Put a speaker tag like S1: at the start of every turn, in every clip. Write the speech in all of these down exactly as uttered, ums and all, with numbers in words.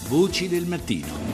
S1: Voci del mattino.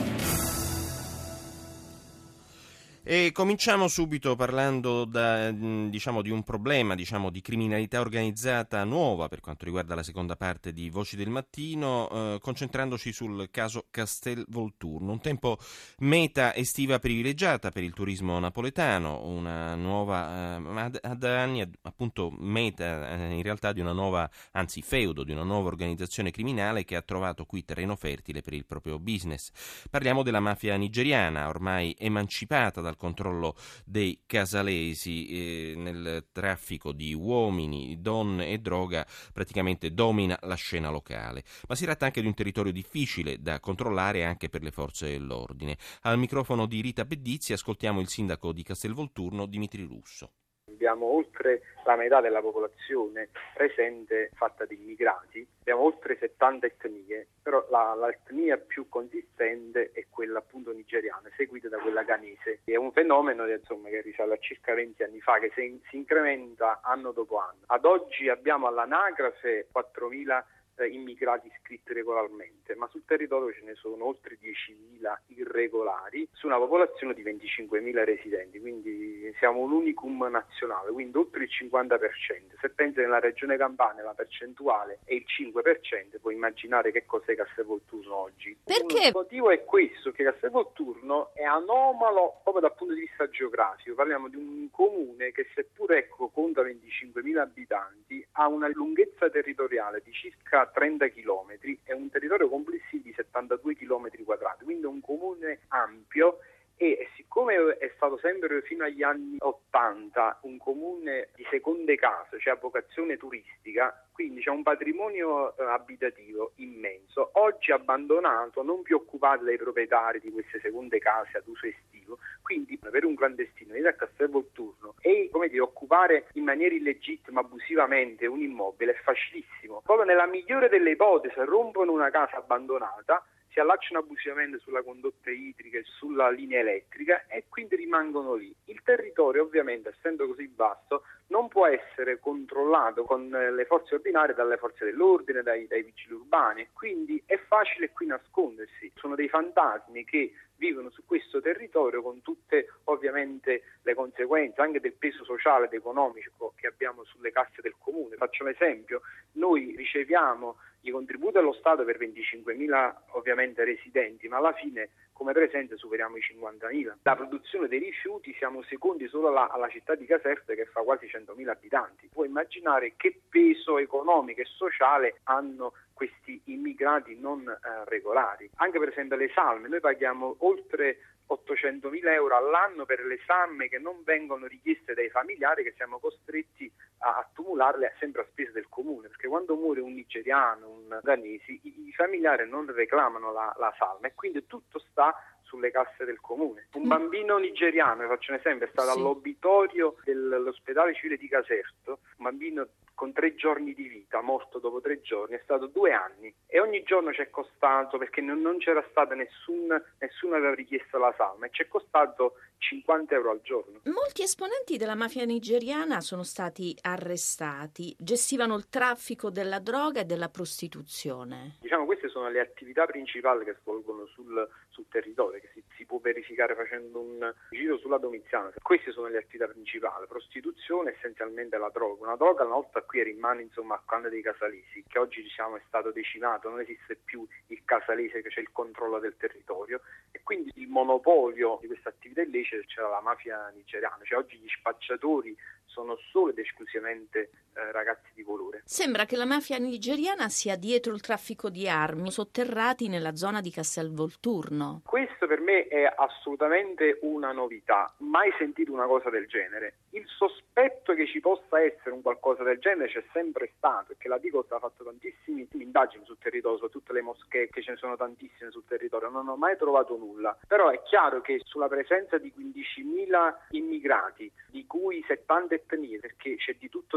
S2: E cominciamo subito parlando da, diciamo, di un problema, diciamo, di criminalità organizzata nuova per quanto riguarda la seconda parte di Voci del Mattino, eh, concentrandoci sul caso Castelvolturno, un tempo meta estiva privilegiata per il turismo napoletano, una nuova, eh, ad anni appunto meta eh, in realtà di una nuova, anzi feudo di una nuova organizzazione criminale che ha trovato qui terreno fertile per il proprio business. Parliamo della mafia nigeriana, ormai emancipata dal controllo dei casalesi, eh, nel traffico di uomini, donne e droga praticamente domina la scena locale. Ma si tratta anche di un territorio difficile da controllare anche per le forze dell'ordine. Al microfono di Rita Bedizzi ascoltiamo il sindaco di Castelvolturno, Dimitri Russo.
S3: Abbiamo oltre la metà della popolazione presente fatta di immigrati, abbiamo oltre settanta etnie, però la, l'etnia più consistente è quella appunto nigeriana, seguita da quella ghanese. È un fenomeno insomma, che risale a circa venti anni fa, che si, si incrementa anno dopo anno. Ad oggi abbiamo all'anagrafe quattromila immigrati iscritti regolarmente, ma sul territorio ce ne sono oltre diecimila irregolari su una popolazione di venticinquemila residenti, quindi siamo un unicum nazionale, quindi oltre il cinquanta per cento. Se pensi nella regione Campania la percentuale è il cinque per cento, puoi immaginare che cos'è Castelvolturno oggi.
S4: Perché?
S3: Il motivo è questo, che Castelvolturno è anomalo proprio dal punto di vista geografico. Parliamo di un comune che seppur ecco conta venticinquemila abitanti ha una lunghezza territoriale di circa trenta chilometri e un territorio complessivo di settantadue chilometri quadrati, quindi è un comune ampio e siccome è stato sempre fino agli anni ottanta un comune di seconde case, cioè a vocazione turistica, quindi c'è un patrimonio eh, abitativo immenso, oggi abbandonato, non più occupato dai proprietari di queste seconde case ad uso estivo, quindi per un clandestino venire a Castelvolturno e come dire, occupare in maniera illegittima, abusivamente un immobile è facilissimo. Proprio nella migliore delle ipotesi rompono una casa abbandonata, si allacciano abusivamente sulla condotta idrica e sulla linea elettrica e quindi rimangono lì. Il territorio ovviamente, essendo così vasto, non può essere controllato con le forze ordinarie dalle forze dell'ordine, dai, dai vigili urbani, quindi è facile qui nascondersi. Sono dei fantasmi che vivono su questo territorio con tutte ovviamente le conseguenze anche del peso sociale ed economico che abbiamo sulle casse del comune. Faccio un esempio, noi riceviamo i contributi dello Stato per venticinquemila ovviamente residenti, ma alla fine come presenza superiamo i cinquantamila. La produzione dei rifiuti siamo secondi solo alla, alla città di Caserta che fa quasi centomila abitanti. Puoi immaginare che peso economico e sociale hanno questi immigrati non eh, regolari. Anche per esempio le salme, noi paghiamo oltre ottocentomila euro all'anno per le salme che non vengono richieste dai familiari, che siamo costretti a accumularle sempre a spese del comune, perché quando muore un nigeriano, un ghanese, i, i familiari non reclamano la, la salma e quindi tutto sta sulle casse del comune. Un bambino nigeriano, faccio un esempio, è stato sì. all'obitorio dell'ospedale civile di Caserta, un bambino con tre giorni di vita, morto dopo tre giorni, è stato due anni e ogni giorno ci è costato, perché non, non c'era stata nessun, nessuno aveva richiesto la salma e ci è costato cinquanta euro al giorno.
S4: Molti esponenti della mafia nigeriana sono stati arrestati, gestivano il traffico della droga e della prostituzione.
S3: Diciamo queste sono le attività principali che svolgono sul, sul territorio, che si, si può verificare facendo un giro sulla Domiziana. Queste sono le attività principali, prostituzione essenzialmente la droga. Una droga una volta qui rimane insomma a canne dei casalesi, che oggi diciamo è stato decimato, non esiste più il casalese che c'è il controllo del territorio e quindi il monopolio di queste attività illecite c'era la mafia nigeriana, cioè oggi gli spacciatori sono solo ed esclusivamente eh, ragazzi di colore.
S4: Sembra che la mafia nigeriana sia dietro il traffico di armi sotterrati nella zona di Castelvolturno.
S3: Questo per me è assolutamente una novità, mai sentito una cosa del genere. Il sospetto che ci possa essere un qualcosa del genere c'è sempre stato, perché la Digos ha fatto tantissime indagini sul territorio, su tutte le moschee, che ce ne sono tantissime sul territorio, non ho mai trovato nulla. Però è chiaro che sulla presenza di quindicimila immigrati, di cui settanta etnie, perché c'è di tutto di più su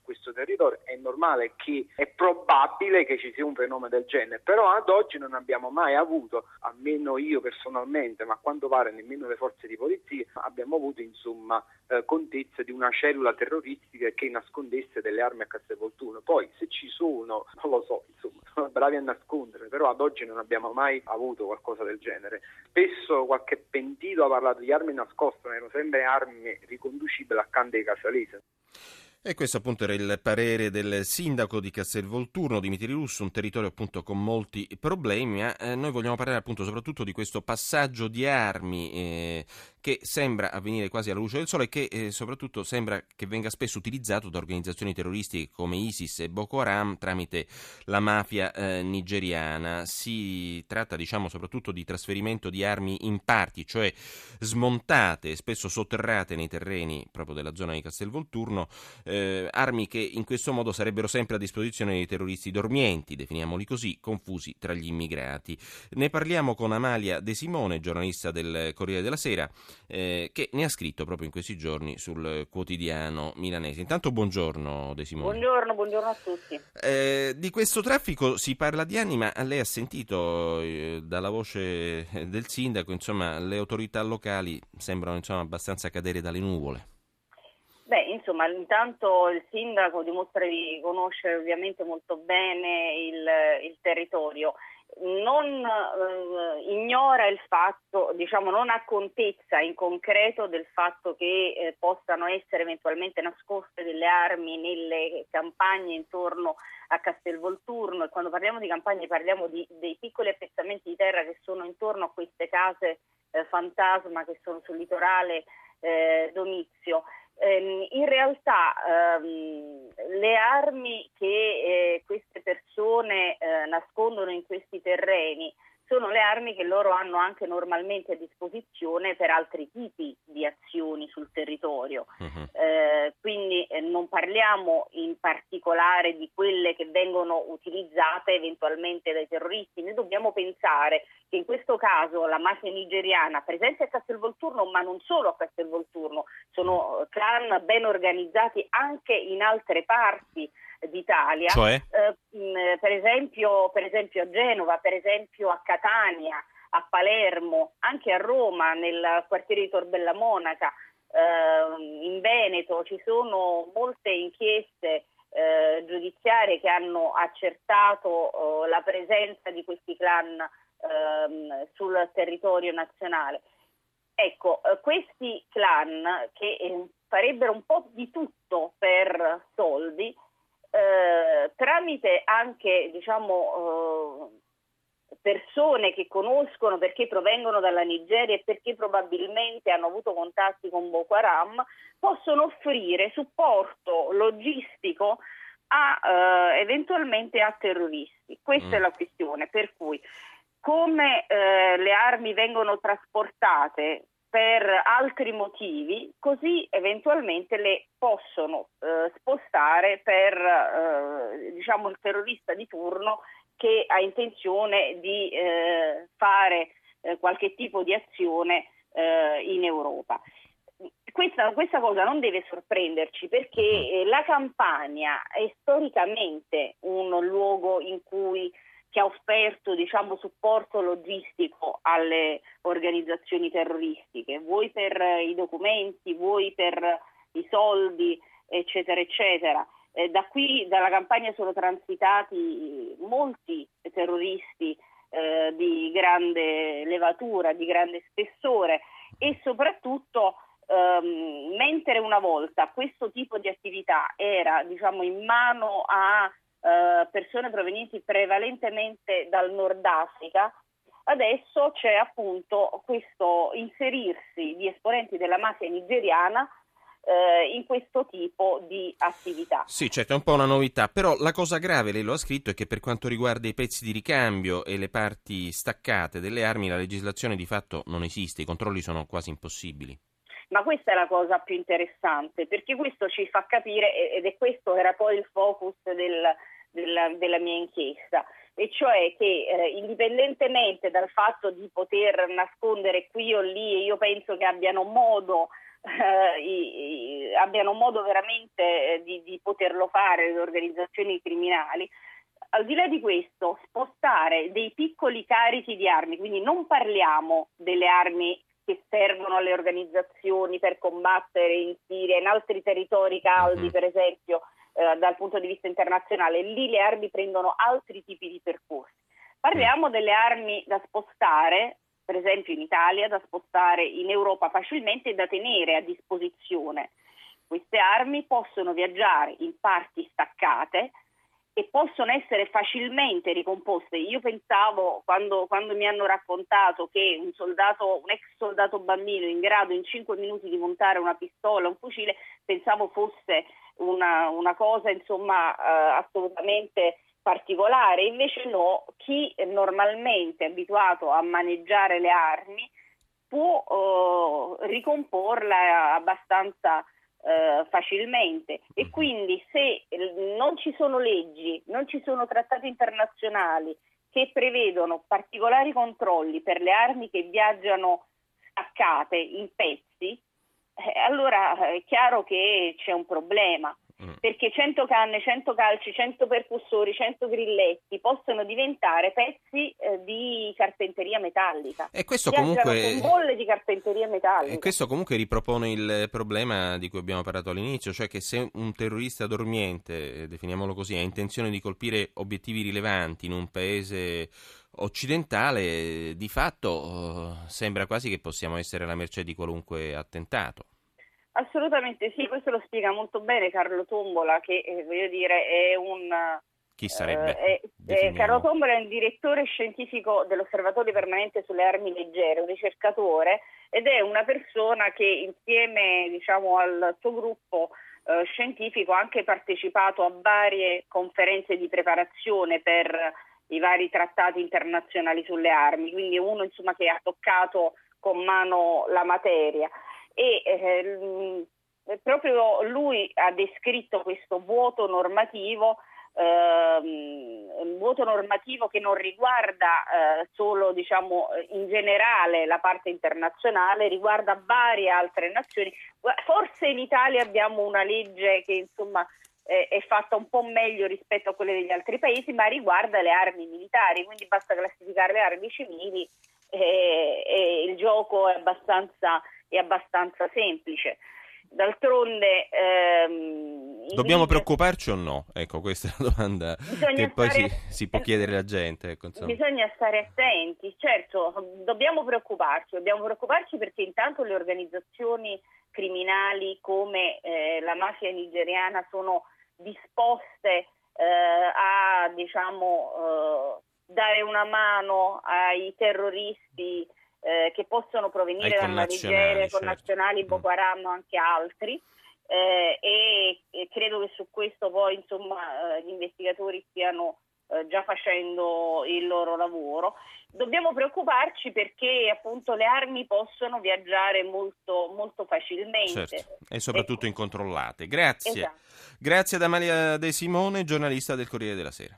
S3: questo territorio, è normale che è probabile che ci sia un fenomeno del genere, però ad oggi non abbiamo mai avuto, almeno io personalmente, ma a quanto pare nemmeno le forze di polizia, abbiamo avuto insomma eh, contezza di una cellula terroristica che nascondesse delle armi a Castelvolturno. Poi se ci sono, non lo so, insomma, sono bravi a nascondere, però ad oggi non abbiamo mai avuto qualcosa del genere. Spesso qualche pentito ha parlato di armi nascoste, ma erano sempre armi riconducibili a Cande Casalese.
S2: E questo appunto era il parere del sindaco di Castelvolturno, Dimitri Russo, un territorio appunto con molti problemi, ma eh, noi vogliamo parlare appunto soprattutto di questo passaggio di armi eh, che sembra avvenire quasi alla luce del sole e che eh, soprattutto sembra che venga spesso utilizzato da organizzazioni terroristiche come ISIS e Boko Haram tramite la mafia eh, nigeriana. Si tratta diciamo soprattutto di trasferimento di armi in parti, cioè smontate e spesso sotterrate nei terreni proprio della zona di Castelvolturno, Eh, armi che in questo modo sarebbero sempre a disposizione dei terroristi dormienti, definiamoli così, confusi tra gli immigrati. Ne parliamo con Amalia De Simone, giornalista del Corriere della Sera, eh, che ne ha scritto proprio in questi giorni sul quotidiano milanese. Intanto buongiorno De Simone.
S1: Buongiorno, buongiorno a tutti.
S2: Eh, di questo traffico si parla di anni, ma lei ha sentito eh, dalla voce del sindaco, insomma, le autorità locali sembrano insomma abbastanza cadere dalle nuvole.
S1: Beh, insomma, intanto il sindaco dimostra di conoscere ovviamente molto bene il, il territorio, non eh, ignora il fatto, diciamo, non ha contezza in concreto del fatto che eh, possano essere eventualmente nascoste delle armi nelle campagne intorno a Castelvolturno, e quando parliamo di campagne parliamo di dei piccoli appezzamenti di terra che sono intorno a queste case eh, fantasma che sono sul litorale eh, Domizio. In realtà ehm, le armi che eh, queste persone eh, nascondono in questi terreni sono le armi che loro hanno anche normalmente a disposizione per altri tipi di azioni sul territorio. Uh-huh. Eh, quindi eh, non parliamo in particolare di quelle che vengono utilizzate eventualmente dai terroristi. Noi dobbiamo pensare che in questo caso la mafia nigeriana, presente a Castelvolturno, ma non solo a Castelvolturno, sono clan ben organizzati anche in altre parti d'Italia,
S2: cioè?
S1: eh, mh, per esempio, per esempio a Genova, per esempio a Catania, a Palermo, anche a Roma, nel quartiere di Tor Bella Monaca, eh, in Veneto ci sono molte inchieste eh, giudiziarie che hanno accertato eh, la presenza di questi clan eh, sul territorio nazionale. Ecco, eh, questi clan che eh, farebbero un po' di tutto per soldi, Eh, tramite anche diciamo eh, persone che conoscono perché provengono dalla Nigeria e perché probabilmente hanno avuto contatti con Boko Haram, possono offrire supporto logistico a eh, eventualmente a terroristi. Questa mm. è la questione, per cui come eh, le armi vengono trasportate per altri motivi, così eventualmente le possono eh, spostare per eh, diciamo il terrorista di turno che ha intenzione di eh, fare eh, qualche tipo di azione eh, in Europa. Questa, questa cosa non deve sorprenderci perché eh, la Campania è storicamente un luogo in cui che ha offerto diciamo supporto logistico alle organizzazioni terroristiche, vuoi per i documenti, vuoi per i soldi, eccetera, eccetera. Eh, da qui, dalla Campania, sono transitati molti terroristi eh, di grande levatura, di grande spessore e soprattutto ehm, mentre una volta questo tipo di attività era diciamo in mano a Uh, persone provenienti prevalentemente dal Nord Africa, adesso c'è appunto questo inserirsi di esponenti della mafia nigeriana uh, in questo tipo di attività.
S2: Sì, certo, è un po' una novità, però la cosa grave, lei lo ha scritto, è che per quanto riguarda i pezzi di ricambio e le parti staccate delle armi, la legislazione di fatto non esiste, i controlli sono quasi impossibili.
S1: Ma questa è la cosa più interessante, perché questo ci fa capire, ed è questo era poi il focus del Della, della mia inchiesta, e cioè che eh, indipendentemente dal fatto di poter nascondere qui o lì, io penso che abbiano modo eh, i, i, abbiano modo veramente eh, di, di poterlo fare le organizzazioni criminali. Al di là di questo, spostare dei piccoli carichi di armi, quindi non parliamo delle armi che servono alle organizzazioni per combattere in Siria, in altri territori caldi, mm-hmm. per esempio, eh, dal punto di vista internazionale, lì le armi prendono altri tipi di percorsi. Parliamo mm. delle armi da spostare, per esempio in Italia, da spostare in Europa facilmente e da tenere a disposizione. Queste armi possono viaggiare in parti staccate e possono essere facilmente ricomposte. Io pensavo, quando, quando mi hanno raccontato che un soldato, un ex soldato bambino in grado in cinque minuti di montare una pistola, un fucile, pensavo fosse una, una cosa insomma eh, assolutamente particolare. Invece no, chi è normalmente abituato a maneggiare le armi può eh, ricomporla abbastanza Uh, facilmente, e quindi se non ci sono leggi, non ci sono trattati internazionali che prevedono particolari controlli per le armi che viaggiano staccate in pezzi, eh, allora è chiaro che c'è un problema. Perché cento canne, cento calci, cento percussori, cento grilletti possono diventare pezzi eh, di carpenteria metallica.
S2: E questo comunque
S1: con bolle di carpenteria metallica.
S2: E questo comunque ripropone il problema di cui abbiamo parlato all'inizio, cioè che se un terrorista dormiente, definiamolo così, ha intenzione di colpire obiettivi rilevanti in un paese occidentale, di fatto eh, sembra quasi che possiamo essere alla mercé di qualunque attentato.
S1: Assolutamente sì, questo lo spiega molto bene Carlo Tombola, che eh, voglio dire è un...
S2: Chi sarebbe?
S1: Eh, eh, Carlo Tombola è un direttore scientifico dell'Osservatorio Permanente sulle Armi Leggere, un ricercatore, ed è una persona che insieme, diciamo, al suo gruppo eh, scientifico ha anche partecipato a varie conferenze di preparazione per i vari trattati internazionali sulle armi, quindi è uno insomma che ha toccato con mano la materia. E eh, proprio lui ha descritto questo vuoto normativo, ehm, un vuoto normativo che non riguarda eh, solo, diciamo, in generale la parte internazionale, riguarda varie altre nazioni. Forse in Italia abbiamo una legge che insomma eh, è fatta un po' meglio rispetto a quelle degli altri paesi, ma riguarda le armi militari, quindi basta classificare le armi civili e, e il gioco è abbastanza è abbastanza semplice. D'altronde ehm,
S2: dobbiamo
S1: leader...
S2: preoccuparci o no? Ecco, questa è la domanda bisogna che poi si, si può chiedere alla gente. Ecco,
S1: bisogna stare attenti, certo, dobbiamo preoccuparci, dobbiamo preoccuparci perché intanto le organizzazioni criminali come eh, la mafia nigeriana sono disposte eh, a, diciamo, eh, dare una mano ai terroristi Eh, che possono provenire dalla Nigeria,
S2: certo.
S1: connazionali, Boko Haram o anche altri, eh, e, e credo che su questo poi insomma eh, gli investigatori stiano eh, già facendo il loro lavoro. Dobbiamo preoccuparci perché appunto le armi possono viaggiare molto, molto facilmente.
S2: Certo. E soprattutto e... incontrollate. Grazie.
S1: Esatto.
S2: Grazie ad Amalia De Simone, giornalista del Corriere della Sera.